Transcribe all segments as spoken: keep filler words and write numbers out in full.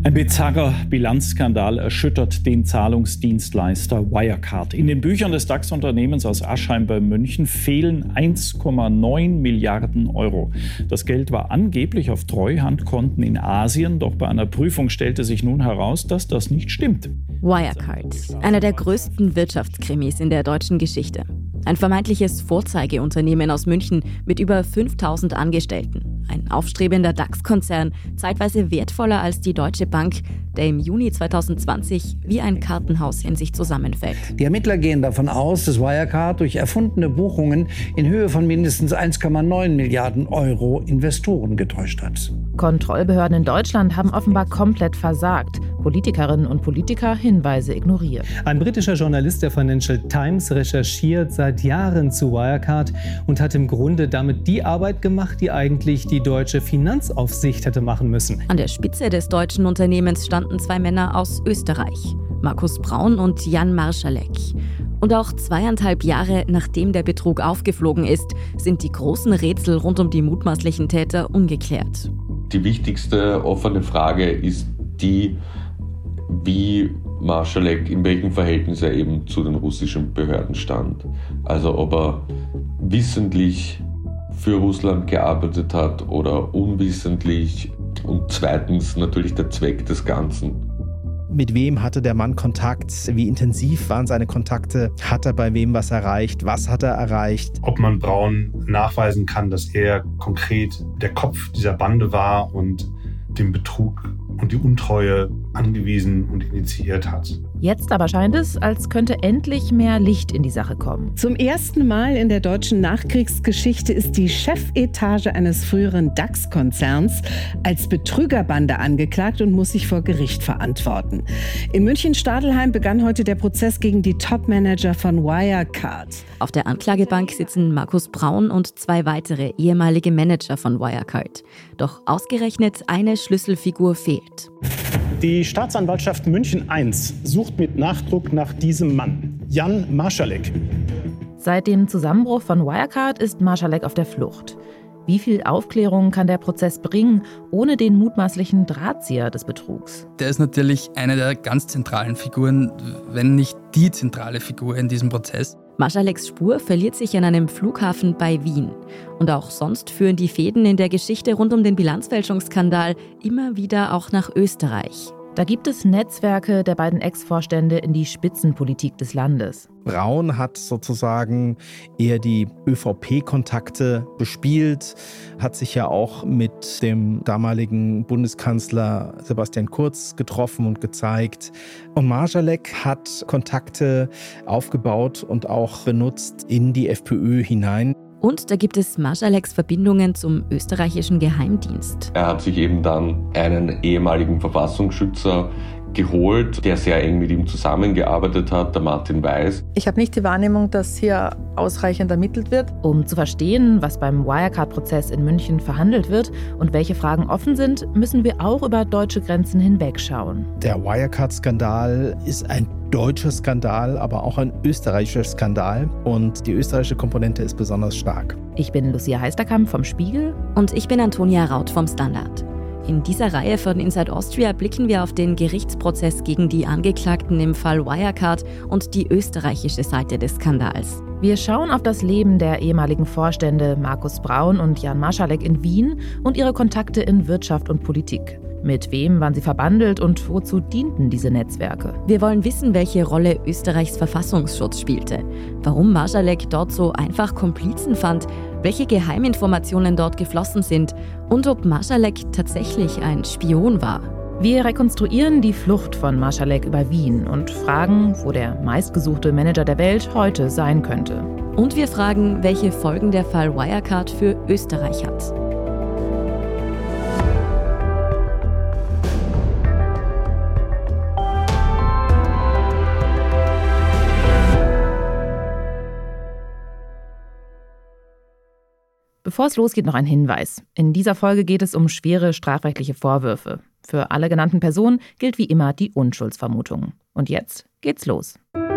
Ein bizarrer Bilanzskandal erschüttert den Zahlungsdienstleister Wirecard. In den Büchern des DAX-Unternehmens aus Aschheim bei München fehlen eins Komma neun Milliarden Euro. Das Geld war angeblich auf Treuhandkonten in Asien, doch bei einer Prüfung stellte sich nun heraus, dass das nicht stimmt. Wirecard, einer der größten Wirtschaftskrimis in der deutschen Geschichte. Ein vermeintliches Vorzeigeunternehmen aus München mit über fünftausend Angestellten. Ein aufstrebender DAX-Konzern, zeitweise wertvoller als die Deutsche Bank, der im Juni zweitausendzwanzig wie ein Kartenhaus in sich zusammenfällt. Die Ermittler gehen davon aus, dass Wirecard durch erfundene Buchungen in Höhe von mindestens eins Komma neun Milliarden Euro Investoren getäuscht hat. Kontrollbehörden in Deutschland haben offenbar komplett versagt. Politikerinnen und Politiker Hinweise ignoriert. Ein britischer Journalist der Financial Times recherchiert seit Jahren zu Wirecard und hat im Grunde damit die Arbeit gemacht, die eigentlich die deutsche Finanzaufsicht hätte machen müssen. An der Spitze des deutschen Unternehmens standen zwei Männer aus Österreich, Markus Braun und Jan Marschalek. Und auch zweieinhalb Jahre nachdem der Betrug aufgeflogen ist, sind die großen Rätsel rund um die mutmaßlichen Täter ungeklärt. Die wichtigste offene Frage ist die, wie Marschalek, in welchem Verhältnis er eben zu den russischen Behörden stand. Also ob er wissentlich für Russland gearbeitet hat oder unwissentlich. Und zweitens natürlich der Zweck des Ganzen. Mit wem hatte der Mann Kontakt? Wie intensiv waren seine Kontakte? Hat er bei wem was erreicht? Was hat er erreicht? Ob man Braun nachweisen kann, dass er konkret der Kopf dieser Bande war und den Betrug und die Untreue angewiesen und initiiert hat. Jetzt aber scheint es, als könnte endlich mehr Licht in die Sache kommen. Zum ersten Mal in der deutschen Nachkriegsgeschichte ist die Chefetage eines früheren DAX-Konzerns als Betrügerbande angeklagt und muss sich vor Gericht verantworten. In München-Stadelheim begann heute der Prozess gegen die Top-Manager von Wirecard. Auf der Anklagebank sitzen Markus Braun und zwei weitere ehemalige Manager von Wirecard. Doch ausgerechnet eine Schlüsselfigur fehlt. Die Staatsanwaltschaft München eins sucht mit Nachdruck nach diesem Mann, Jan Marschalek. Seit dem Zusammenbruch von Wirecard ist Marschalek auf der Flucht. Wie viel Aufklärung kann der Prozess bringen, ohne den mutmaßlichen Drahtzieher des Betrugs? Der ist natürlich eine der ganz zentralen Figuren, wenn nicht die zentrale Figur in diesem Prozess. Marschaleks Spur verliert sich an einem Flughafen bei Wien. Und auch sonst führen die Fäden in der Geschichte rund um den Bilanzfälschungsskandal immer wieder auch nach Österreich. Da gibt es Netzwerke der beiden Ex-Vorstände in die Spitzenpolitik des Landes. Braun hat sozusagen eher die ÖVP-Kontakte bespielt, hat sich ja auch mit dem damaligen Bundeskanzler Sebastian Kurz getroffen und gezeigt. Und Marschalek hat Kontakte aufgebaut und auch benutzt in die FPÖ hinein. Und da gibt es Marschaleks Verbindungen zum österreichischen Geheimdienst. Er hat sich eben dann einen ehemaligen Verfassungsschützer geholt, der sehr eng mit ihm zusammengearbeitet hat, der Martin Weiß. Ich habe nicht die Wahrnehmung, dass hier ausreichend ermittelt wird. Um zu verstehen, was beim Wirecard-Prozess in München verhandelt wird und welche Fragen offen sind, müssen wir auch über deutsche Grenzen hinwegschauen. Der Wirecard-Skandal ist ein deutscher Skandal, aber auch ein österreichischer Skandal. Und die österreichische Komponente ist besonders stark. Ich bin Lucia Heisterkamp vom Spiegel. Und ich bin Antonia Raut vom Standard. In dieser Reihe von Inside Austria blicken wir auf den Gerichtsprozess gegen die Angeklagten im Fall Wirecard und die österreichische Seite des Skandals. Wir schauen auf das Leben der ehemaligen Vorstände Markus Braun und Jan Marschalek in Wien und ihre Kontakte in Wirtschaft und Politik. Mit wem waren sie verbandelt und wozu dienten diese Netzwerke? Wir wollen wissen, welche Rolle Österreichs Verfassungsschutz spielte, warum Marschalek dort so einfach Komplizen fand, welche Geheiminformationen dort geflossen sind und ob Marschalek tatsächlich ein Spion war. Wir rekonstruieren die Flucht von Marschalek über Wien und fragen, wo der meistgesuchte Manager der Welt heute sein könnte. Und wir fragen, welche Folgen der Fall Wirecard für Österreich hat. Bevor es losgeht, noch ein Hinweis. In dieser Folge geht es um schwere strafrechtliche Vorwürfe. Für alle genannten Personen gilt wie immer die Unschuldsvermutung. Und jetzt geht's los.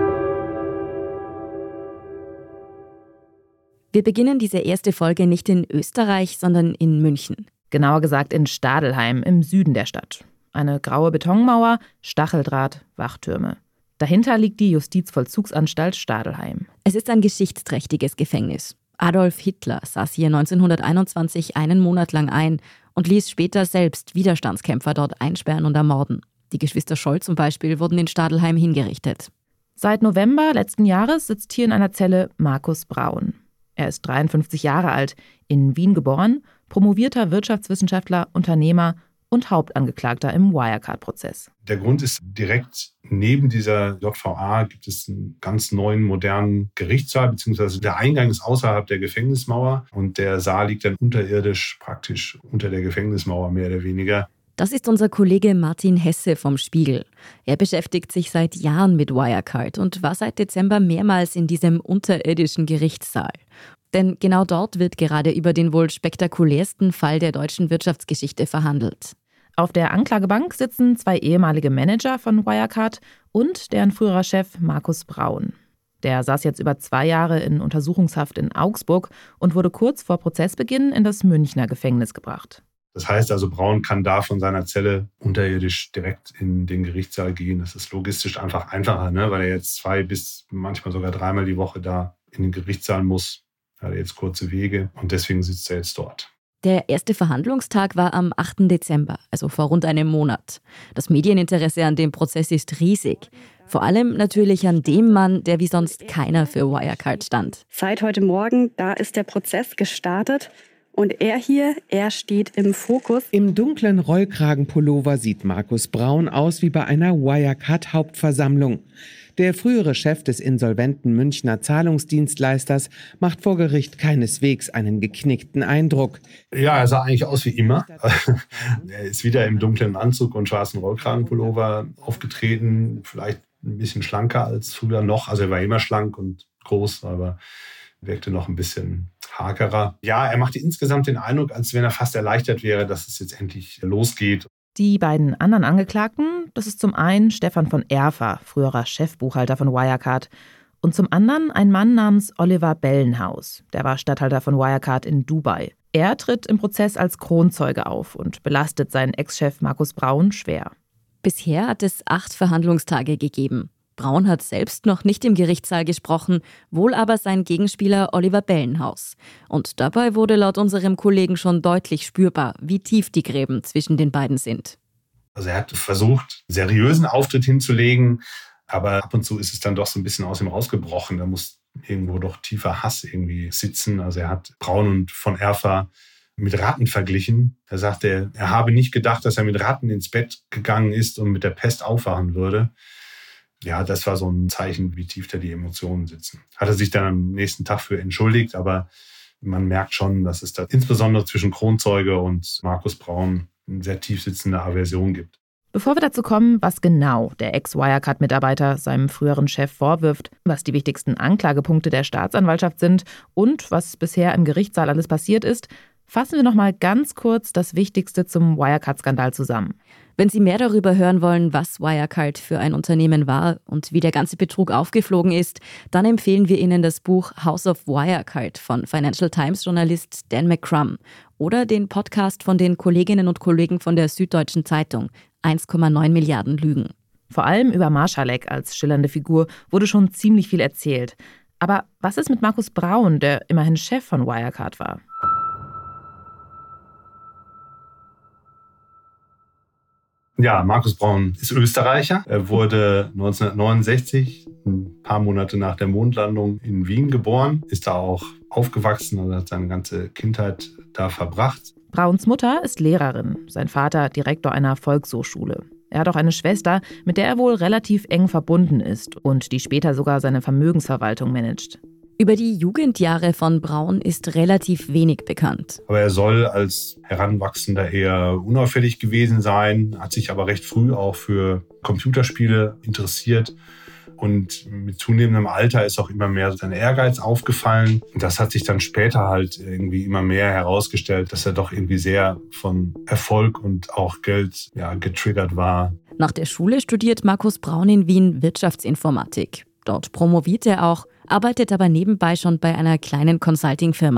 Wir beginnen diese erste Folge nicht in Österreich, sondern in München. Genauer gesagt in Stadelheim im Süden der Stadt. Eine graue Betonmauer, Stacheldraht, Wachtürme. Dahinter liegt die Justizvollzugsanstalt Stadelheim. Es ist ein geschichtsträchtiges Gefängnis. Adolf Hitler saß hier neunzehnhunderteinundzwanzig einen Monat lang ein und ließ später selbst Widerstandskämpfer dort einsperren und ermorden. Die Geschwister Scholl zum Beispiel wurden in Stadelheim hingerichtet. Seit November letzten Jahres sitzt hier in einer Zelle Markus Braun. Er ist dreiundfünfzig Jahre alt, in Wien geboren, promovierter Wirtschaftswissenschaftler, Unternehmer und Hauptangeklagter im Wirecard-Prozess. Der Grund ist, direkt neben dieser J V A gibt es einen ganz neuen, modernen Gerichtssaal, beziehungsweise der Eingang ist außerhalb der Gefängnismauer und der Saal liegt dann unterirdisch, praktisch unter der Gefängnismauer mehr oder weniger. Das ist unser Kollege Martin Hesse vom Spiegel. Er beschäftigt sich seit Jahren mit Wirecard und war seit Dezember mehrmals in diesem unterirdischen Gerichtssaal. Denn genau dort wird gerade über den wohl spektakulärsten Fall der deutschen Wirtschaftsgeschichte verhandelt. Auf der Anklagebank sitzen zwei ehemalige Manager von Wirecard und deren früherer Chef Markus Braun. Der saß jetzt über zwei Jahre in Untersuchungshaft in Augsburg und wurde kurz vor Prozessbeginn in das Münchner Gefängnis gebracht. Das heißt also, Braun kann da von seiner Zelle unterirdisch direkt in den Gerichtssaal gehen. Das ist logistisch einfach einfacher, ne? Weil er jetzt zwei bis manchmal sogar dreimal die Woche da in den Gerichtssaal muss. Er hat jetzt kurze Wege und deswegen sitzt er jetzt dort. Der erste Verhandlungstag war am achten Dezember, also vor rund einem Monat. Das Medieninteresse an dem Prozess ist riesig. Vor allem natürlich an dem Mann, der wie sonst keiner für Wirecard stand. Seit heute Morgen, da ist der Prozess gestartet. Und er hier, er steht im Fokus. Im dunklen Rollkragenpullover sieht Markus Braun aus wie bei einer Wirecard-Hauptversammlung. Der frühere Chef des insolventen Münchner Zahlungsdienstleisters macht vor Gericht keineswegs einen geknickten Eindruck. Ja, er sah eigentlich aus wie immer. Er ist wieder im dunklen Anzug und schwarzen Rollkragenpullover aufgetreten. Vielleicht ein bisschen schlanker als früher noch. Also er war immer schlank und groß, aber wirkte noch ein bisschen hagerer. Ja, er machte insgesamt den Eindruck, als wenn er fast erleichtert wäre, dass es jetzt endlich losgeht. Die beiden anderen Angeklagten, das ist zum einen Stefan von Erfer, früherer Chefbuchhalter von Wirecard, und zum anderen ein Mann namens Oliver Bellenhaus, der war Statthalter von Wirecard in Dubai. Er tritt im Prozess als Kronzeuge auf und belastet seinen Ex-Chef Markus Braun schwer. Bisher hat es acht Verhandlungstage gegeben. Braun hat selbst noch nicht im Gerichtssaal gesprochen, wohl aber sein Gegenspieler Oliver Bellenhaus. Und dabei wurde laut unserem Kollegen schon deutlich spürbar, wie tief die Gräben zwischen den beiden sind. Also er hat versucht, einen seriösen Auftritt hinzulegen, aber ab und zu ist es dann doch so ein bisschen aus ihm rausgebrochen. Da muss irgendwo doch tiefer Hass irgendwie sitzen. Also er hat Braun und von Erfer mit Ratten verglichen. Er sagte, er habe nicht gedacht, dass er mit Ratten ins Bett gegangen ist und mit der Pest aufwachen würde. Ja, das war so ein Zeichen, wie tief da die Emotionen sitzen. Hat er sich dann am nächsten Tag für entschuldigt, aber man merkt schon, dass es da insbesondere zwischen Kronzeuge und Markus Braun eine sehr tief sitzende Aversion gibt. Bevor wir dazu kommen, was genau der Ex-Wirecard-Mitarbeiter seinem früheren Chef vorwirft, was die wichtigsten Anklagepunkte der Staatsanwaltschaft sind und was bisher im Gerichtssaal alles passiert ist, fassen wir noch mal ganz kurz das Wichtigste zum Wirecard-Skandal zusammen. Wenn Sie mehr darüber hören wollen, was Wirecard für ein Unternehmen war und wie der ganze Betrug aufgeflogen ist, dann empfehlen wir Ihnen das Buch House of Wirecard von Financial Times-Journalist Dan McCrum oder den Podcast von den Kolleginnen und Kollegen von der Süddeutschen Zeitung, eins Komma neun Milliarden Lügen. Vor allem über Marszalek als schillernde Figur wurde schon ziemlich viel erzählt. Aber was ist mit Markus Braun, der immerhin Chef von Wirecard war? Ja, Markus Braun ist Österreicher. Er wurde neunzehnhundertneunundsechzig, ein paar Monate nach der Mondlandung, in Wien geboren. Ist da auch aufgewachsen, also hat seine ganze Kindheit da verbracht. Brauns Mutter ist Lehrerin, sein Vater Direktor einer Volkshochschule. Er hat auch eine Schwester, mit der er wohl relativ eng verbunden ist und die später sogar seine Vermögensverwaltung managt. Über die Jugendjahre von Braun ist relativ wenig bekannt. Aber er soll als Heranwachsender eher unauffällig gewesen sein, hat sich aber recht früh auch für Computerspiele interessiert. Und mit zunehmendem Alter ist auch immer mehr sein Ehrgeiz aufgefallen. Und das hat sich dann später halt irgendwie immer mehr herausgestellt, dass er doch irgendwie sehr von Erfolg und auch Geld ja, getriggert war. Nach der Schule studiert Markus Braun in Wien Wirtschaftsinformatik. Dort promoviert er auch, arbeitet aber nebenbei schon bei einer kleinen Consulting-Firma.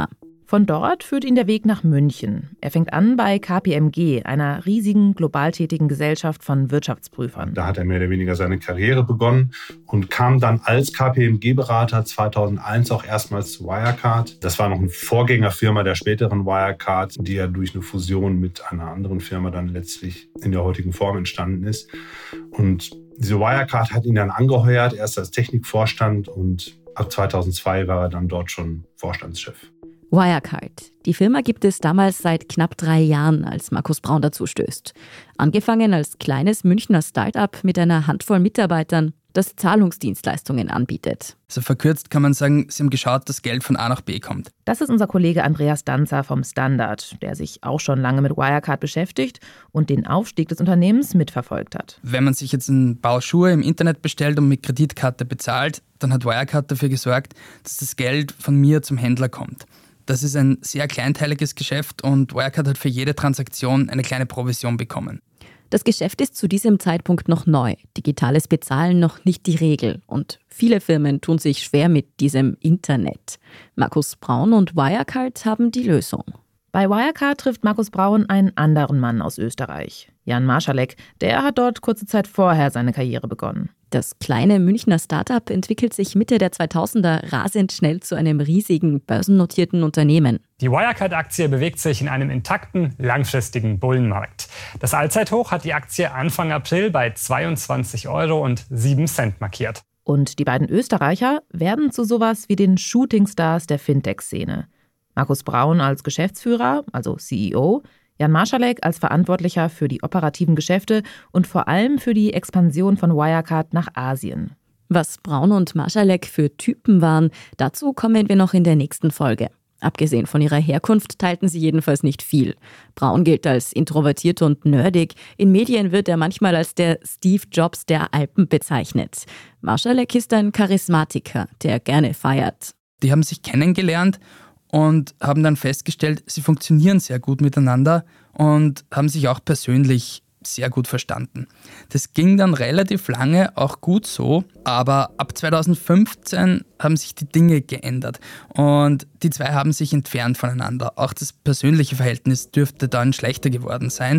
Von dort führt ihn der Weg nach München. Er fängt an bei K P M G, einer riesigen, global tätigen Gesellschaft von Wirtschaftsprüfern. Da hat er mehr oder weniger seine Karriere begonnen und kam dann als K P M G-Berater zweitausendeins auch erstmals zu Wirecard. Das war noch eine Vorgängerfirma der späteren Wirecard, die ja durch eine Fusion mit einer anderen Firma dann letztlich in der heutigen Form entstanden ist. Und diese Wirecard hat ihn dann angeheuert, erst als Technikvorstand, und ab zweitausendzwei war er dann dort schon Vorstandschef. Wirecard. Die Firma gibt es damals seit knapp drei Jahren, als Markus Braun dazu stößt. Angefangen als kleines Münchner Start-up mit einer Handvoll Mitarbeitern, das Zahlungsdienstleistungen anbietet. Also verkürzt kann man sagen, sie haben geschaut, dass Geld von A nach B kommt. Das ist unser Kollege Andreas Danzer vom Standard, der sich auch schon lange mit Wirecard beschäftigt und den Aufstieg des Unternehmens mitverfolgt hat. Wenn man sich jetzt ein Paar Schuhe im Internet bestellt und mit Kreditkarte bezahlt, dann hat Wirecard dafür gesorgt, dass das Geld von mir zum Händler kommt. Das ist ein sehr kleinteiliges Geschäft und Wirecard hat für jede Transaktion eine kleine Provision bekommen. Das Geschäft ist zu diesem Zeitpunkt noch neu, digitales Bezahlen noch nicht die Regel und viele Firmen tun sich schwer mit diesem Internet. Markus Braun und Wirecard haben die Lösung. Bei Wirecard trifft Markus Braun einen anderen Mann aus Österreich, Jan Marschalek. Der hat dort kurze Zeit vorher seine Karriere begonnen. Das kleine Münchner Startup entwickelt sich Mitte der zweitausender rasend schnell zu einem riesigen börsennotierten Unternehmen. Die Wirecard-Aktie bewegt sich in einem intakten, langfristigen Bullenmarkt. Das Allzeithoch hat die Aktie Anfang April bei zweiundzwanzig Euro und sieben Cent markiert. Und die beiden Österreicher werden zu sowas wie den Shootingstars der Fintech-Szene. Markus Braun als Geschäftsführer, also C E O, Jan Marschalek als Verantwortlicher für die operativen Geschäfte und vor allem für die Expansion von Wirecard nach Asien. Was Braun und Marschalek für Typen waren, dazu kommen wir noch in der nächsten Folge. Abgesehen von ihrer Herkunft teilten sie jedenfalls nicht viel. Braun gilt als introvertiert und nerdig. In Medien wird er manchmal als der Steve Jobs der Alpen bezeichnet. Marschalek ist ein Charismatiker, der gerne feiert. Die haben sich kennengelernt und haben dann festgestellt, sie funktionieren sehr gut miteinander und haben sich auch persönlich sehr gut verstanden. Das ging dann relativ lange auch gut so, aber ab zweitausendfünfzehn haben sich die Dinge geändert und die zwei haben sich entfernt voneinander. Auch das persönliche Verhältnis dürfte dann schlechter geworden sein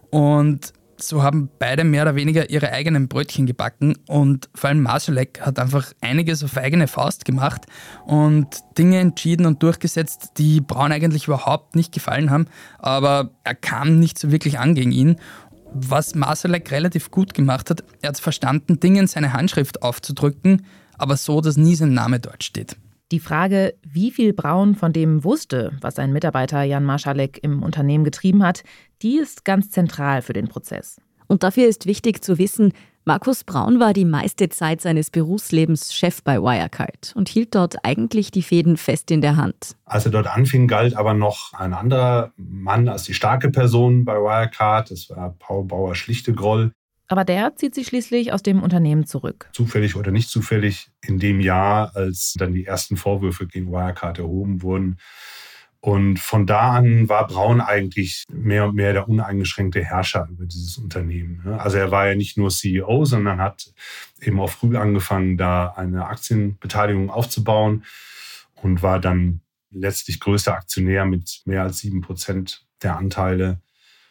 und so haben beide mehr oder weniger ihre eigenen Brötchen gebacken und vor allem Marschalek hat einfach einiges auf eigene Faust gemacht und Dinge entschieden und durchgesetzt, die Braun eigentlich überhaupt nicht gefallen haben, aber er kam nicht so wirklich an gegen ihn. Was Marschalek relativ gut gemacht hat, er hat es verstanden, Dingen seine Handschrift aufzudrücken, aber so, dass nie sein Name dort steht. Die Frage, wie viel Braun von dem wusste, was sein Mitarbeiter Jan Marschalek im Unternehmen getrieben hat, die ist ganz zentral für den Prozess. Und dafür ist wichtig zu wissen, Markus Braun war die meiste Zeit seines Berufslebens Chef bei Wirecard und hielt dort eigentlich die Fäden fest in der Hand. Als er dort anfing, galt aber noch ein anderer Mann als die starke Person bei Wirecard. Das war Paul Bauer-Schlichtegroll. Aber der zieht sich schließlich aus dem Unternehmen zurück. Zufällig oder nicht zufällig in dem Jahr, als dann die ersten Vorwürfe gegen Wirecard erhoben wurden. Und von da an war Braun eigentlich mehr und mehr der uneingeschränkte Herrscher über dieses Unternehmen. Also er war ja nicht nur C E O, sondern hat eben auch früh angefangen, da eine Aktienbeteiligung aufzubauen und war dann letztlich größter Aktionär mit mehr als sieben Prozent der Anteile.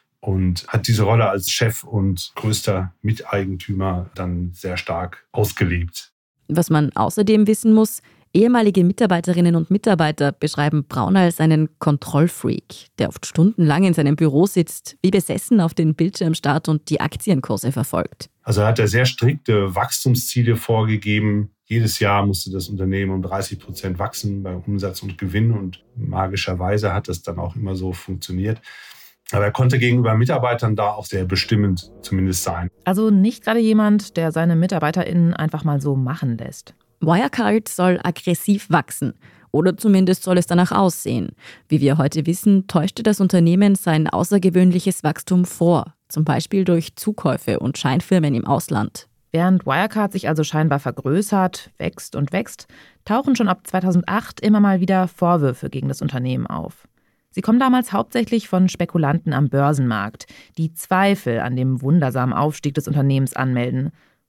Und hat diese Rolle als Chef und größter Miteigentümer dann sehr stark ausgelebt. Was man außerdem wissen muss, ehemalige Mitarbeiterinnen und Mitarbeiter beschreiben Braun als einen Kontrollfreak, der oft stundenlang in seinem Büro sitzt, wie besessen auf den Bildschirm starrt und die Aktienkurse verfolgt. Also hat er sehr strikte Wachstumsziele vorgegeben. Jedes Jahr musste das Unternehmen um dreißig Prozent wachsen bei Umsatz und Gewinn und magischerweise hat das dann auch immer so funktioniert. Aber er konnte gegenüber Mitarbeitern da auch sehr bestimmend zumindest sein. Also nicht gerade jemand, der seine MitarbeiterInnen einfach mal so machen lässt. Wirecard soll aggressiv wachsen. Oder zumindest soll es danach aussehen. Wie wir heute wissen, täuschte das Unternehmen sein außergewöhnliches Wachstum vor. Zum Beispiel durch Zukäufe und Scheinfirmen im Ausland. Während Wirecard sich also scheinbar vergrößert, wächst und wächst, tauchen schon ab zweitausendacht immer mal wieder Vorwürfe gegen das Unternehmen auf. Sie kommen damals hauptsächlich von Spekulanten am Börsenmarkt, die Zweifel an dem wundersamen Aufstieg des Unternehmens anmelden.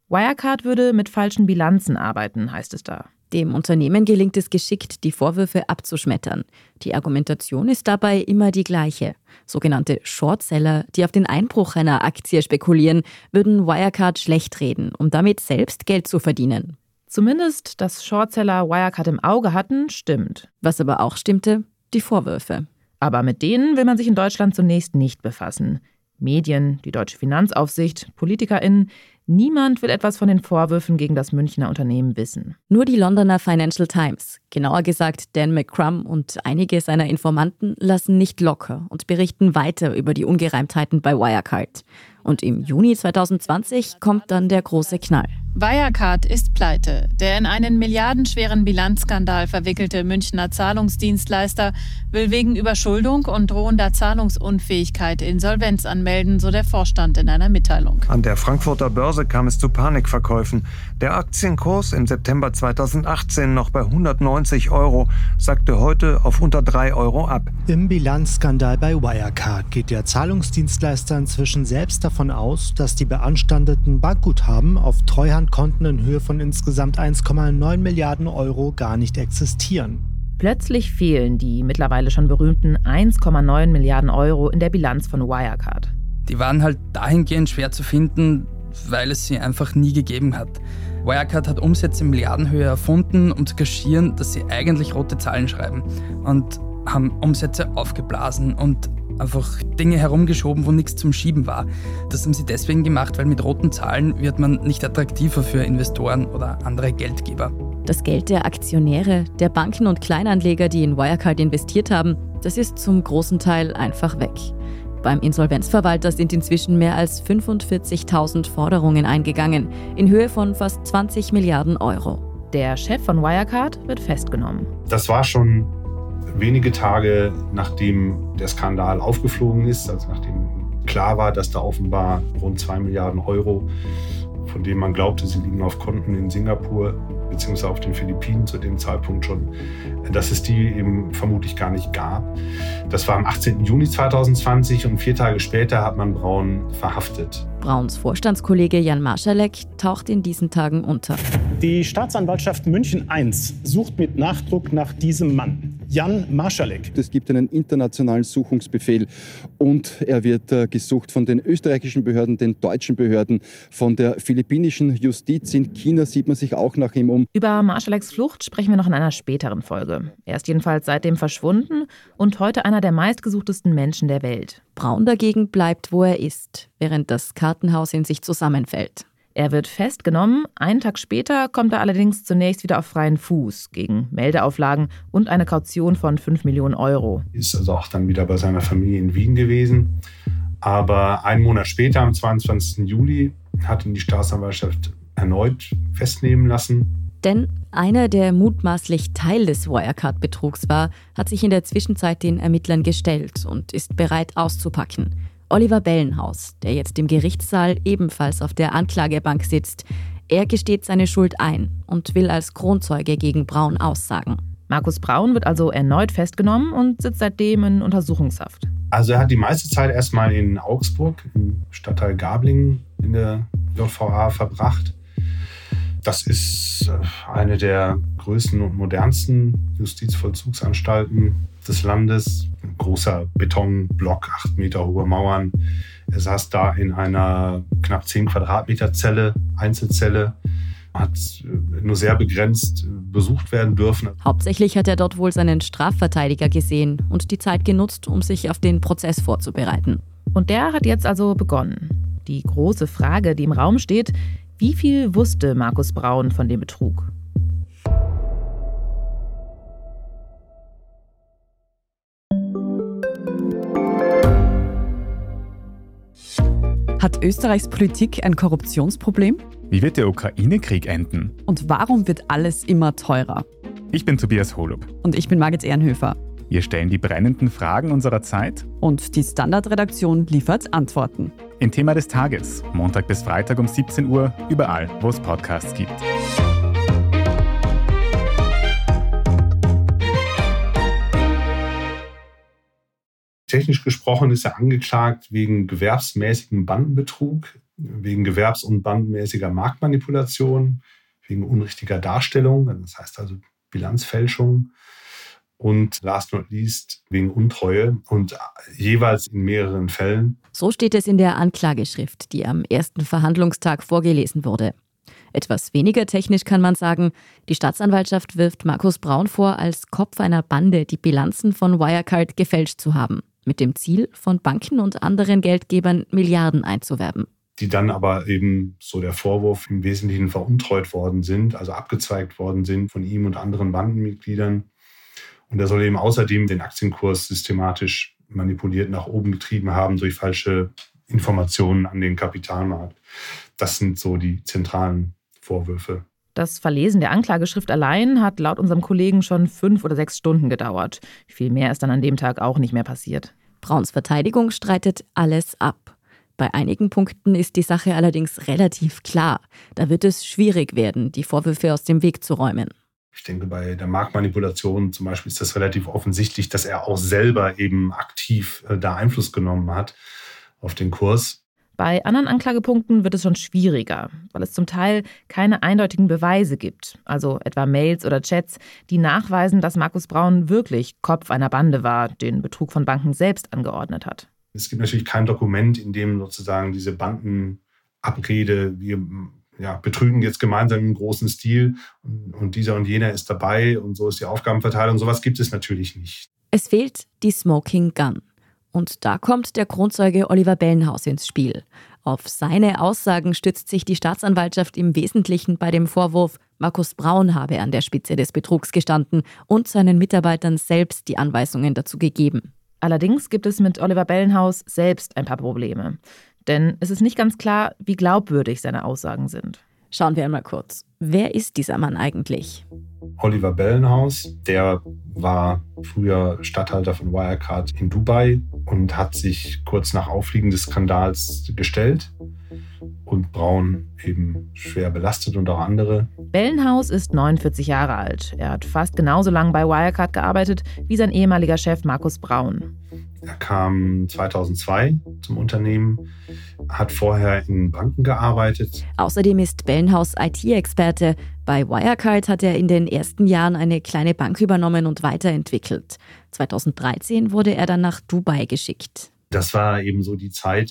Wirecard würde mit falschen Bilanzen arbeiten, heißt es da. Dem Unternehmen gelingt es geschickt, die Vorwürfe abzuschmettern. Die Argumentation ist dabei immer die gleiche. Sogenannte Shortseller, die auf den Einbruch einer Aktie spekulieren, würden Wirecard schlecht reden, um damit selbst Geld zu verdienen. Zumindest, dass Shortseller Wirecard im Auge hatten, stimmt. Was aber auch stimmte, die Vorwürfe. Aber mit denen will man sich in Deutschland zunächst nicht befassen. Medien, die deutsche Finanzaufsicht, PolitikerInnen, niemand will etwas von den Vorwürfen gegen das Münchner Unternehmen wissen. Nur die Londoner Financial Times, genauer gesagt Dan McCrum und einige seiner Informanten, lassen nicht locker und berichten weiter über die Ungereimtheiten bei Wirecard. Und im Juni zwanzig zwanzig kommt dann der große Knall. Wirecard ist pleite. Der in einen milliardenschweren Bilanzskandal verwickelte Münchner Zahlungsdienstleister will wegen Überschuldung und drohender Zahlungsunfähigkeit Insolvenz anmelden, so der Vorstand in einer Mitteilung. An der Frankfurter Börse kam es zu Panikverkäufen. Der Aktienkurs im September zweitausendachtzehn noch bei hundertneunzig Euro, sackte heute auf unter drei Euro ab. Im Bilanzskandal bei Wirecard geht der Zahlungsdienstleister inzwischen selbst davon aus, dass die beanstandeten Bankguthaben auf Treuhandkonten in Höhe von insgesamt eins Komma neun Milliarden Euro gar nicht existieren. Plötzlich fehlen die mittlerweile schon berühmten eins Komma neun Milliarden Euro in der Bilanz von Wirecard. Die waren halt dahingehend schwer zu finden, weil es sie einfach nie gegeben hat. Wirecard hat Umsätze in Milliardenhöhe erfunden, um zu kaschieren, dass sie eigentlich rote Zahlen schreiben, und haben Umsätze aufgeblasen und einfach Dinge herumgeschoben, wo nichts zum Schieben war. Das haben sie deswegen gemacht, weil mit roten Zahlen wird man nicht attraktiver für Investoren oder andere Geldgeber. Das Geld der Aktionäre, der Banken und Kleinanleger, die in Wirecard investiert haben, das ist zum großen Teil einfach weg. Beim Insolvenzverwalter sind inzwischen mehr als fünfundvierzigtausend Forderungen eingegangen, in Höhe von fast zwanzig Milliarden Euro. Der Chef von Wirecard wird festgenommen. Das war schon wenige Tage, nachdem der Skandal aufgeflogen ist, also nachdem klar war, dass da offenbar rund zwei Milliarden Euro, von denen man glaubte, sie liegen auf Konten in Singapur bzw. auf den Philippinen zu dem Zeitpunkt schon, dass es die eben vermutlich gar nicht gab. Das war am achtzehnten Juni zweitausendzwanzig und vier Tage später hat man Braun verhaftet. Brauns Vorstandskollege Jan Marschalek taucht in diesen Tagen unter. Die Staatsanwaltschaft München eins sucht mit Nachdruck nach diesem Mann, Jan Marschalek. Es gibt einen internationalen Suchungsbefehl und er wird äh, gesucht von den österreichischen Behörden, den deutschen Behörden, von der philippinischen Justiz. In China sieht man sich auch nach ihm um. Über Marschaleks Flucht sprechen wir noch in einer späteren Folge. Er ist jedenfalls seitdem verschwunden und heute einer der meistgesuchtesten Menschen der Welt. Braun dagegen bleibt, wo er ist, während das Kartenhaus in sich zusammenfällt. Er wird festgenommen, einen Tag später kommt er allerdings zunächst wieder auf freien Fuß gegen Meldeauflagen und eine Kaution von fünf Millionen Euro. Ist also auch dann wieder bei seiner Familie in Wien gewesen. Aber einen Monat später, am zweiundzwanzigsten Juli, hat ihn die Staatsanwaltschaft erneut festnehmen lassen. Denn einer, der mutmaßlich Teil des Wirecard-Betrugs war, hat sich in der Zwischenzeit den Ermittlern gestellt und ist bereit auszupacken. Oliver Bellenhaus, der jetzt im Gerichtssaal ebenfalls auf der Anklagebank sitzt. Er gesteht seine Schuld ein und will als Kronzeuge gegen Braun aussagen. Markus Braun wird also erneut festgenommen und sitzt seitdem in Untersuchungshaft. Also er hat die meiste Zeit erstmal in Augsburg, im Stadtteil Gablingen in der J V A verbracht. Das ist eine der größten und modernsten Justizvollzugsanstalten des Landes. Ein großer Betonblock, acht Meter hohe Mauern. Er saß da in einer knapp zehn Quadratmeter Zelle, Einzelzelle, hat nur sehr begrenzt besucht werden dürfen. Hauptsächlich hat er dort wohl seinen Strafverteidiger gesehen und die Zeit genutzt, um sich auf den Prozess vorzubereiten. Und der hat jetzt also begonnen. Die große Frage, die im Raum steht: Wie viel wusste Markus Braun von dem Betrug? Hat Österreichs Politik ein Korruptionsproblem? Wie wird der Ukraine-Krieg enden? Und warum wird alles immer teurer? Ich bin Tobias Holub. Und ich bin Margit Ehrenhöfer. Wir stellen die brennenden Fragen unserer Zeit. Und die Standardredaktion liefert Antworten. Im Thema des Tages, Montag bis Freitag um siebzehn Uhr, überall, wo es Podcasts gibt. Technisch gesprochen ist er angeklagt wegen gewerbsmäßigem Bandenbetrug. wegen gewerbs- und bandenmäßiger Marktmanipulation, wegen unrichtiger Darstellung, das heißt also Bilanzfälschung und last not least wegen Untreue und jeweils in mehreren Fällen. So steht es in der Anklageschrift, die am ersten Verhandlungstag vorgelesen wurde. Etwas weniger technisch kann man sagen, die Staatsanwaltschaft wirft Markus Braun vor, als Kopf einer Bande die Bilanzen von Wirecard gefälscht zu haben, mit dem Ziel, von Banken und anderen Geldgebern Milliarden einzuwerben. Die dann aber eben, so der Vorwurf, im Wesentlichen veruntreut worden sind, also abgezweigt worden sind von ihm und anderen Bandenmitgliedern. Und er soll eben außerdem den Aktienkurs systematisch manipuliert nach oben getrieben haben durch falsche Informationen an den Kapitalmarkt. Das sind so die zentralen Vorwürfe. Das Verlesen der Anklageschrift allein hat laut unserem Kollegen schon fünf oder sechs Stunden gedauert. Viel mehr ist dann an dem Tag auch nicht mehr passiert. Brauns Verteidigung streitet alles ab. Bei einigen Punkten ist die Sache allerdings relativ klar. Da wird es schwierig werden, die Vorwürfe aus dem Weg zu räumen. Ich denke, bei der Marktmanipulation zum Beispiel ist das relativ offensichtlich, dass er auch selber eben aktiv äh, da Einfluss genommen hat auf den Kurs. Bei anderen Anklagepunkten wird es schon schwieriger, weil es zum Teil keine eindeutigen Beweise gibt, also etwa Mails oder Chats, die nachweisen, dass Markus Braun wirklich Kopf einer Bande war, den Betrug von Banken selbst angeordnet hat. Es gibt natürlich kein Dokument, in dem sozusagen diese Bandenabrede, wir ja, betrügen jetzt gemeinsam im großen Stil und, und dieser und jener ist dabei und so ist die Aufgabenverteilung. Sowas gibt es natürlich nicht. Es fehlt die Smoking Gun. Und da kommt der Kronzeuge Oliver Bellenhaus ins Spiel. Auf seine Aussagen stützt sich die Staatsanwaltschaft im Wesentlichen bei dem Vorwurf, Markus Braun habe an der Spitze des Betrugs gestanden und seinen Mitarbeitern selbst die Anweisungen dazu gegeben. Allerdings gibt es mit Oliver Bellenhaus selbst ein paar Probleme. Denn es ist nicht ganz klar, wie glaubwürdig seine Aussagen sind. Schauen wir einmal kurz. Wer ist dieser Mann eigentlich? Oliver Bellenhaus, der war früher Statthalter von Wirecard in Dubai und hat sich kurz nach Auffliegen des Skandals gestellt und Braun eben schwer belastet und auch andere. Bellenhaus ist neunundvierzig Jahre alt. Er hat fast genauso lange bei Wirecard gearbeitet wie sein ehemaliger Chef Markus Braun. Er kam zweitausendzwei zum Unternehmen, hat vorher in Banken gearbeitet. Außerdem ist Bellenhaus I T-Experte. Bei Wirecard hat er in den ersten Jahren eine kleine Bank übernommen und weiterentwickelt. zweitausenddreizehn wurde er dann nach Dubai geschickt. Das war eben so die Zeit,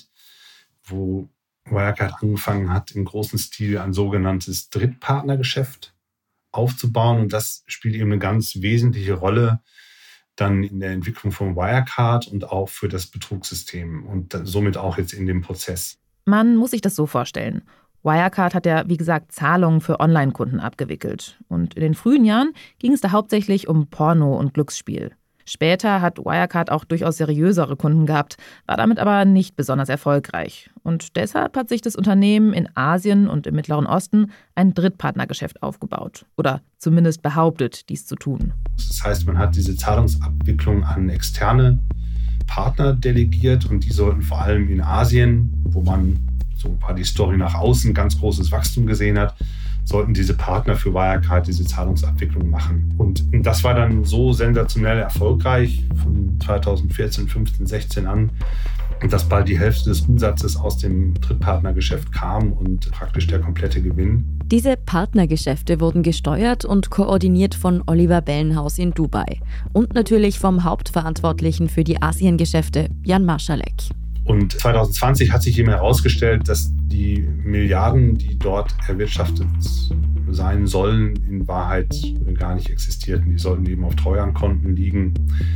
wo Wirecard angefangen hat, im großen Stil ein sogenanntes Drittpartnergeschäft aufzubauen. Und das spielt eben eine ganz wesentliche Rolle dann in der Entwicklung von Wirecard und auch für das Betrugssystem und somit auch jetzt in dem Prozess. Man muss sich das so vorstellen. Wirecard hat ja, wie gesagt, Zahlungen für Online-Kunden abgewickelt. Und in den frühen Jahren ging es da hauptsächlich um Porno und Glücksspiel. Später hat Wirecard auch durchaus seriösere Kunden gehabt, war damit aber nicht besonders erfolgreich. Und deshalb hat sich das Unternehmen in Asien und im Mittleren Osten ein Drittpartnergeschäft aufgebaut. Oder zumindest behauptet, dies zu tun. Das heißt, man hat diese Zahlungsabwicklung an externe Partner delegiert und die sollten vor allem in Asien, wo man, so war die Story nach außen, ganz großes Wachstum gesehen hat, sollten diese Partner für Wirecard diese Zahlungsabwicklung machen. Und das war dann so sensationell erfolgreich von zweitausendvierzehn, fünfzehn, sechzehn an, dass bald die Hälfte des Umsatzes aus dem Drittpartnergeschäft kam und praktisch der komplette Gewinn. Diese Partnergeschäfte wurden gesteuert und koordiniert von Oliver Bellenhaus in Dubai und natürlich vom Hauptverantwortlichen für die Asiengeschäfte, Jan Marschalek. Und zweitausendzwanzig hat sich eben herausgestellt, dass die Milliarden, die dort erwirtschaftet sein sollen, in Wahrheit gar nicht existierten. Die sollten eben auf Treuhandkonten liegen.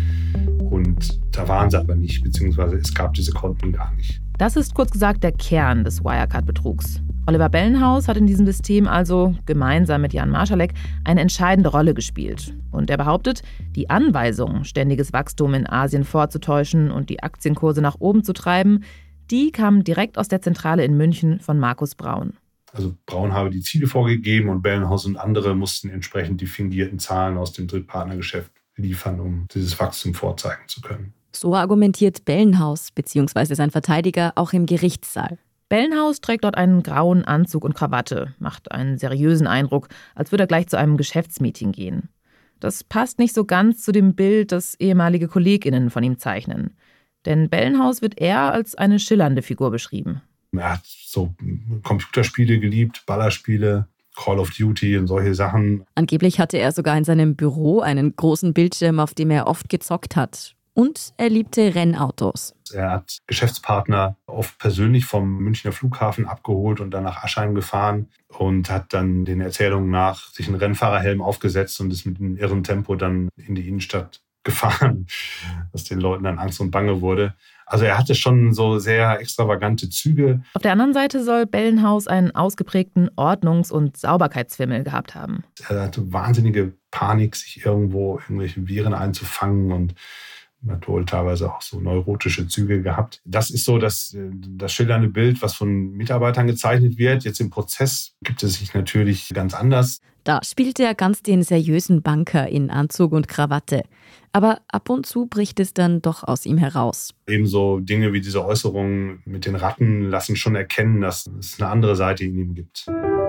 Und da waren sie aber nicht, beziehungsweise es gab diese Konten gar nicht. Das ist kurz gesagt der Kern des Wirecard-Betrugs. Oliver Bellenhaus hat in diesem System also gemeinsam mit Jan Marschalek eine entscheidende Rolle gespielt. Und er behauptet, die Anweisung, ständiges Wachstum in Asien vorzutäuschen und die Aktienkurse nach oben zu treiben, die kam direkt aus der Zentrale in München von Markus Braun. Also Braun habe die Ziele vorgegeben und Bellenhaus und andere mussten entsprechend die fingierten Zahlen aus dem Drittpartnergeschäft liefern, um dieses Wachstum vorzeigen zu können. So argumentiert Bellenhaus bzw. sein Verteidiger auch im Gerichtssaal. Bellenhaus trägt dort einen grauen Anzug und Krawatte, macht einen seriösen Eindruck, als würde er gleich zu einem Geschäftsmeeting gehen. Das passt nicht so ganz zu dem Bild, das ehemalige KollegInnen von ihm zeichnen. Denn Bellenhaus wird eher als eine schillernde Figur beschrieben. Er hat so Computerspiele geliebt, Ballerspiele, Call of Duty und solche Sachen. Angeblich hatte er sogar in seinem Büro einen großen Bildschirm, auf dem er oft gezockt hat. Und er liebte Rennautos. Er hat Geschäftspartner oft persönlich vom Münchner Flughafen abgeholt und dann nach Aschheim gefahren und hat dann den Erzählungen nach sich einen Rennfahrerhelm aufgesetzt und ist mit einem irren Tempo dann in die Innenstadt gefahren, dass den Leuten dann Angst und Bange wurde. Also er hatte schon so sehr extravagante Züge. Auf der anderen Seite soll Bellenhaus einen ausgeprägten Ordnungs- und Sauberkeitsfimmel gehabt haben. Er hatte wahnsinnige Panik, sich irgendwo irgendwelche Viren einzufangen und hat wohl teilweise auch so neurotische Züge gehabt. Das ist so das, das schildernde Bild, was von Mitarbeitern gezeichnet wird. Jetzt im Prozess gibt es sich natürlich ganz anders. Da spielte er ganz den seriösen Banker in Anzug und Krawatte. Aber ab und zu bricht es dann doch aus ihm heraus. Ebenso Dinge wie diese Äußerungen mit den Ratten lassen schon erkennen, dass es eine andere Seite in ihm gibt.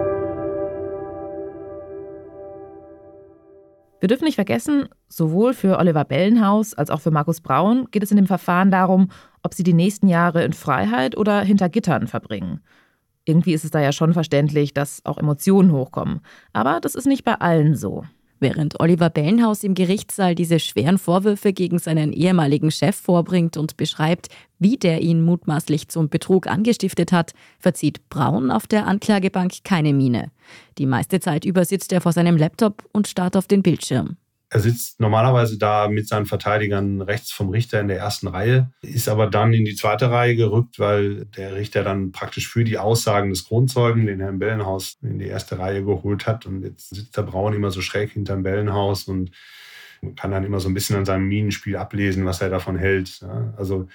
Wir dürfen nicht vergessen, sowohl für Oliver Bellenhaus als auch für Markus Braun geht es in dem Verfahren darum, ob sie die nächsten Jahre in Freiheit oder hinter Gittern verbringen. Irgendwie ist es da ja schon verständlich, dass auch Emotionen hochkommen. Aber das ist nicht bei allen so. Während Oliver Bellenhaus im Gerichtssaal diese schweren Vorwürfe gegen seinen ehemaligen Chef vorbringt und beschreibt, wie der ihn mutmaßlich zum Betrug angestiftet hat, verzieht Braun auf der Anklagebank keine Miene. Die meiste Zeit über sitzt er vor seinem Laptop und starrt auf den Bildschirm. Er sitzt normalerweise da mit seinen Verteidigern rechts vom Richter in der ersten Reihe, ist aber dann in die zweite Reihe gerückt, weil der Richter dann praktisch für die Aussagen des Kronzeugen den Herrn Bellenhaus in die erste Reihe geholt hat. Und jetzt sitzt der Braun immer so schräg hinterm Bellenhaus und man kann dann immer so ein bisschen an seinem Mienenspiel ablesen, was er davon hält. Also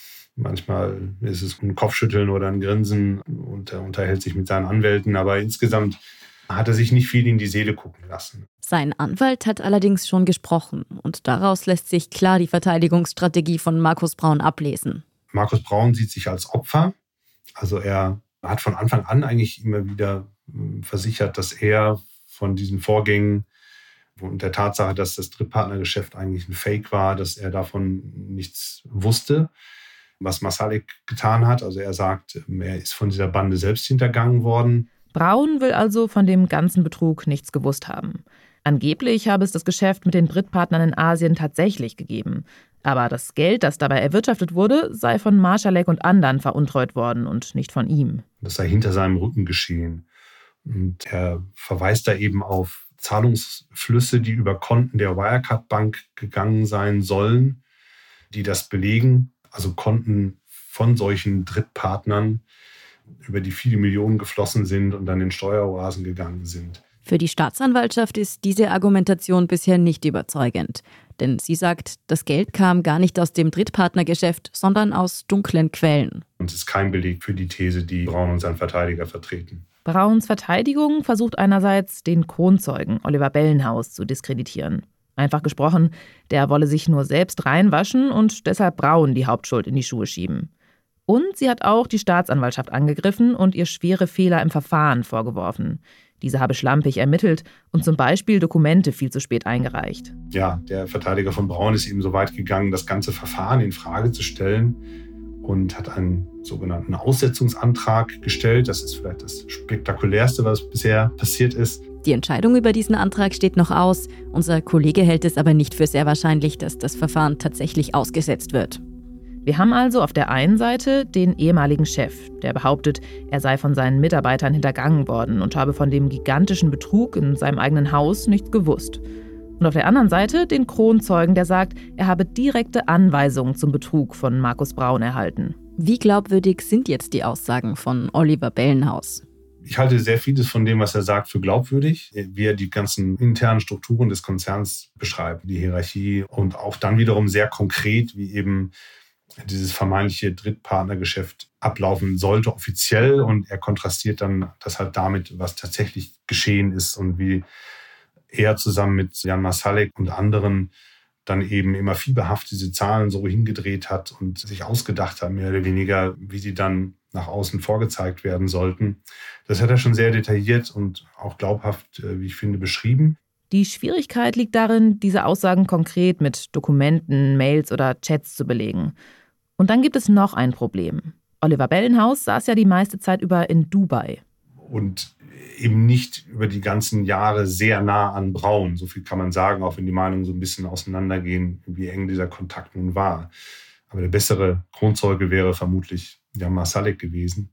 manchmal ist es ein Kopfschütteln oder ein Grinsen und er unterhält sich mit seinen Anwälten, aber insgesamt hat er sich nicht viel in die Seele gucken lassen. Sein Anwalt hat allerdings schon gesprochen und daraus lässt sich klar die Verteidigungsstrategie von Markus Braun ablesen. Markus Braun sieht sich als Opfer. Also er hat von Anfang an eigentlich immer wieder versichert, dass er von diesen Vorgängen und der Tatsache, dass das Drittpartnergeschäft eigentlich ein Fake war, dass er davon nichts wusste, was Marszalek getan hat. Also er sagt, er ist von dieser Bande selbst hintergangen worden. Braun will also von dem ganzen Betrug nichts gewusst haben. Angeblich habe es das Geschäft mit den Drittpartnern in Asien tatsächlich gegeben. Aber das Geld, das dabei erwirtschaftet wurde, sei von Marszalek und anderen veruntreut worden und nicht von ihm. Das sei hinter seinem Rücken geschehen. Und er verweist da eben auf Zahlungsflüsse, die über Konten der Wirecard-Bank gegangen sein sollen, die das belegen. Also Konten von solchen Drittpartnern, über die viele Millionen geflossen sind und dann in Steueroasen gegangen sind. Für die Staatsanwaltschaft ist diese Argumentation bisher nicht überzeugend. Denn sie sagt, das Geld kam gar nicht aus dem Drittpartnergeschäft, sondern aus dunklen Quellen. Und es ist kein Beleg für die These, die Braun und sein Verteidiger vertreten. Brauns Verteidigung versucht einerseits, den Kronzeugen Oliver Bellenhaus zu diskreditieren. Einfach gesprochen, der wolle sich nur selbst reinwaschen und deshalb Braun die Hauptschuld in die Schuhe schieben. Und sie hat auch die Staatsanwaltschaft angegriffen und ihr schwere Fehler im Verfahren vorgeworfen. Diese habe schlampig ermittelt und zum Beispiel Dokumente viel zu spät eingereicht. Ja, der Verteidiger von Braun ist eben so weit gegangen, das ganze Verfahren in Frage zu stellen und hat einen sogenannten Aussetzungsantrag gestellt. Das ist vielleicht das Spektakulärste, was bisher passiert ist. Die Entscheidung über diesen Antrag steht noch aus. Unser Kollege hält es aber nicht für sehr wahrscheinlich, dass das Verfahren tatsächlich ausgesetzt wird. Wir haben also auf der einen Seite den ehemaligen Chef, der behauptet, er sei von seinen Mitarbeitern hintergangen worden und habe von dem gigantischen Betrug in seinem eigenen Haus nichts gewusst. Und auf der anderen Seite den Kronzeugen, der sagt, er habe direkte Anweisungen zum Betrug von Markus Braun erhalten. Wie glaubwürdig sind jetzt die Aussagen von Oliver Bellenhaus? Ich halte sehr vieles von dem, was er sagt, für glaubwürdig, wie er die ganzen internen Strukturen des Konzerns beschreibt, die Hierarchie und auch dann wiederum sehr konkret, wie eben dieses vermeintliche Drittpartnergeschäft ablaufen sollte offiziell, und er kontrastiert dann das halt damit, was tatsächlich geschehen ist und wie er zusammen mit Jan Marszalek und anderen dann eben immer fieberhaft diese Zahlen so hingedreht hat und sich ausgedacht hat, mehr oder weniger, wie sie dann nach außen vorgezeigt werden sollten. Das hat er schon sehr detailliert und auch glaubhaft, wie ich finde, beschrieben. Die Schwierigkeit liegt darin, diese Aussagen konkret mit Dokumenten, Mails oder Chats zu belegen. Und dann gibt es noch ein Problem. Oliver Bellenhaus saß ja die meiste Zeit über in Dubai. Und eben nicht über die ganzen Jahre sehr nah an Braun. So viel kann man sagen, auch wenn die Meinungen so ein bisschen auseinandergehen, wie eng dieser Kontakt nun war. Aber der bessere Kronzeuge wäre vermutlich Jan Marsalek gewesen.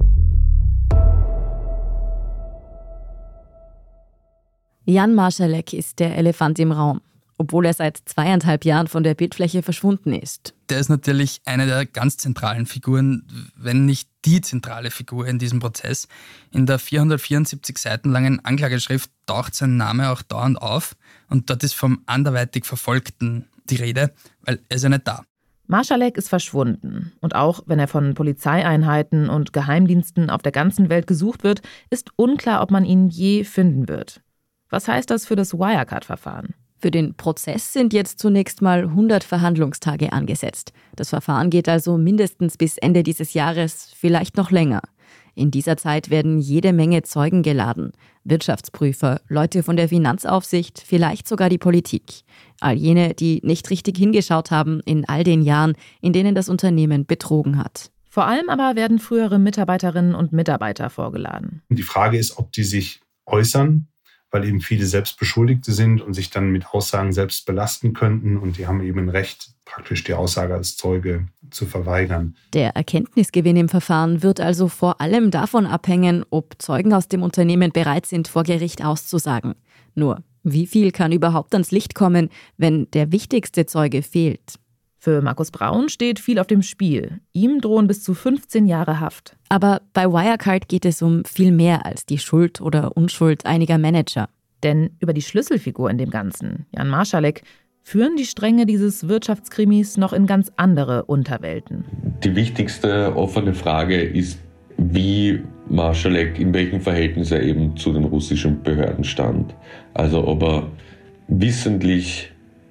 Jan Marsalek ist der Elefant im Raum, obwohl er seit zweieinhalb Jahren von der Bildfläche verschwunden ist. Der ist natürlich eine der ganz zentralen Figuren, wenn nicht die zentrale Figur in diesem Prozess. In der vierhundertvierundsiebzig Seiten langen Anklageschrift taucht sein Name auch dauernd auf und dort ist vom anderweitig Verfolgten die Rede, weil er ist ja nicht da. Marsalek ist verschwunden und auch wenn er von Polizeieinheiten und Geheimdiensten auf der ganzen Welt gesucht wird, ist unklar, ob man ihn je finden wird. Was heißt das für das Wirecard-Verfahren? Für den Prozess sind jetzt zunächst mal hundert Verhandlungstage angesetzt. Das Verfahren geht also mindestens bis Ende dieses Jahres, vielleicht noch länger. In dieser Zeit werden jede Menge Zeugen geladen. Wirtschaftsprüfer, Leute von der Finanzaufsicht, vielleicht sogar die Politik. All jene, die nicht richtig hingeschaut haben in all den Jahren, in denen das Unternehmen betrogen hat. Vor allem aber werden frühere Mitarbeiterinnen und Mitarbeiter vorgeladen. Die Frage ist, ob die sich äußern, weil eben viele selbst Beschuldigte sind und sich dann mit Aussagen selbst belasten könnten. Und die haben eben ein Recht, praktisch die Aussage als Zeuge zu verweigern. Der Erkenntnisgewinn im Verfahren wird also vor allem davon abhängen, ob Zeugen aus dem Unternehmen bereit sind, vor Gericht auszusagen. Nur, wie viel kann überhaupt ans Licht kommen, wenn der wichtigste Zeuge fehlt? Für Markus Braun steht viel auf dem Spiel. Ihm drohen bis zu fünfzehn Jahre Haft. Aber bei Wirecard geht es um viel mehr als die Schuld oder Unschuld einiger Manager. Denn über die Schlüsselfigur in dem Ganzen, Jan Marsalek, führen die Stränge dieses Wirtschaftskrimis noch in ganz andere Unterwelten. Die wichtigste offene Frage ist, wie Marsalek, in welchem Verhältnis er eben zu den russischen Behörden stand. Also ob er wissentlich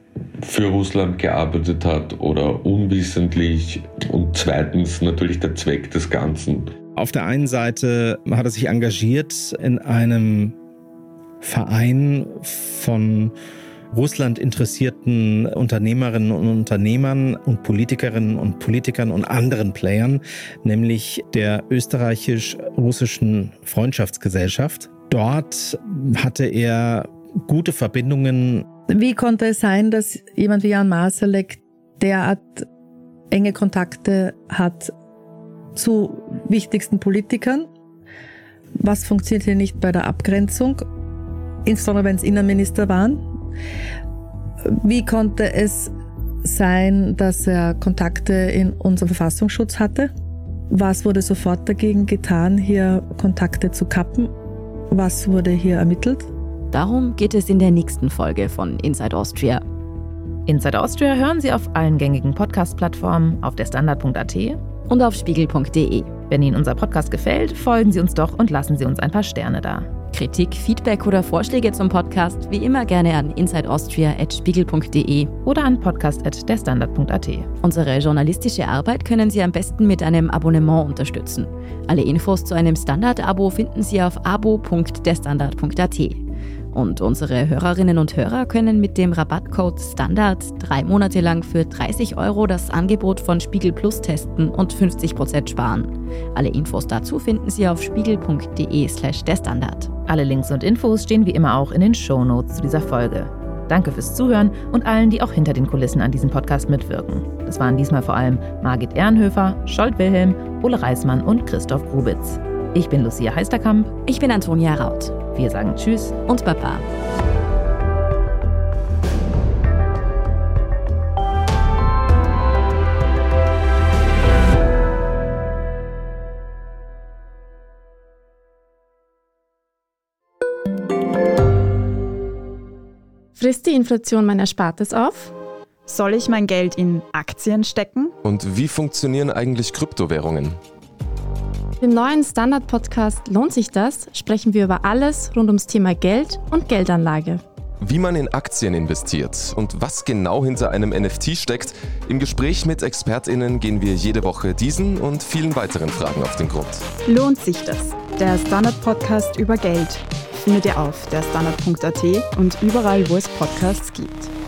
für Russland gearbeitet hat oder unwissentlich, und zweitens natürlich der Zweck des Ganzen. Auf der einen Seite hat er sich engagiert in einem Verein von Russland interessierten Unternehmerinnen und Unternehmern und Politikerinnen und Politikern und anderen Playern, nämlich der österreichisch-russischen Freundschaftsgesellschaft. Dort hatte er gute Verbindungen. Wie konnte es sein, dass jemand wie Jan Marsalek derart enge Kontakte hat zu wichtigsten Politikern? Was funktioniert hier nicht bei der Abgrenzung, insbesondere wenn es Innenminister waren? Wie konnte es sein, dass er Kontakte in unserem Verfassungsschutz hatte? Was wurde sofort dagegen getan, hier Kontakte zu kappen? Was wurde hier ermittelt? Darum geht es in der nächsten Folge von Inside Austria. Inside Austria hören Sie auf allen gängigen Podcast-Plattformen, auf der Standard punkt a t und auf spiegel punkt de. Wenn Ihnen unser Podcast gefällt, folgen Sie uns doch und lassen Sie uns ein paar Sterne da. Kritik, Feedback oder Vorschläge zum Podcast wie immer gerne an insideaustria at spiegel punkt de oder an podcast at der standard punkt a t. Unsere journalistische Arbeit können Sie am besten mit einem Abonnement unterstützen. Alle Infos zu einem Standard-Abo finden Sie auf abo punkt der standard punkt a t. Und unsere Hörerinnen und Hörer können mit dem Rabattcode STANDARD drei Monate lang für dreißig Euro das Angebot von Spiegel Plus testen und fünfzig Prozent sparen. Alle Infos dazu finden Sie auf spiegel punkt de slash der Standard. Alle Links und Infos stehen wie immer auch in den Shownotes zu dieser Folge. Danke fürs Zuhören und allen, die auch hinter den Kulissen an diesem Podcast mitwirken. Das waren diesmal vor allem Margit Ehrenhöfer, Scholt Wilhelm, Ole Reismann und Christoph Grubitz. Ich bin Lucia Heisterkamp. Ich bin Antonia Raut. Wir sagen Tschüss und Baba. Frisst die Inflation mein Erspartes auf? Soll ich mein Geld in Aktien stecken? Und wie funktionieren eigentlich Kryptowährungen? Im neuen Standard-Podcast Lohnt sich das? Sprechen wir über alles rund ums Thema Geld und Geldanlage. Wie man in Aktien investiert und was genau hinter einem N F T steckt. Im Gespräch mit ExpertInnen gehen wir jede Woche diesen und vielen weiteren Fragen auf den Grund. Lohnt sich das? Der Standard-Podcast über Geld findet ihr auf der standard punkt a t und überall, wo es Podcasts gibt.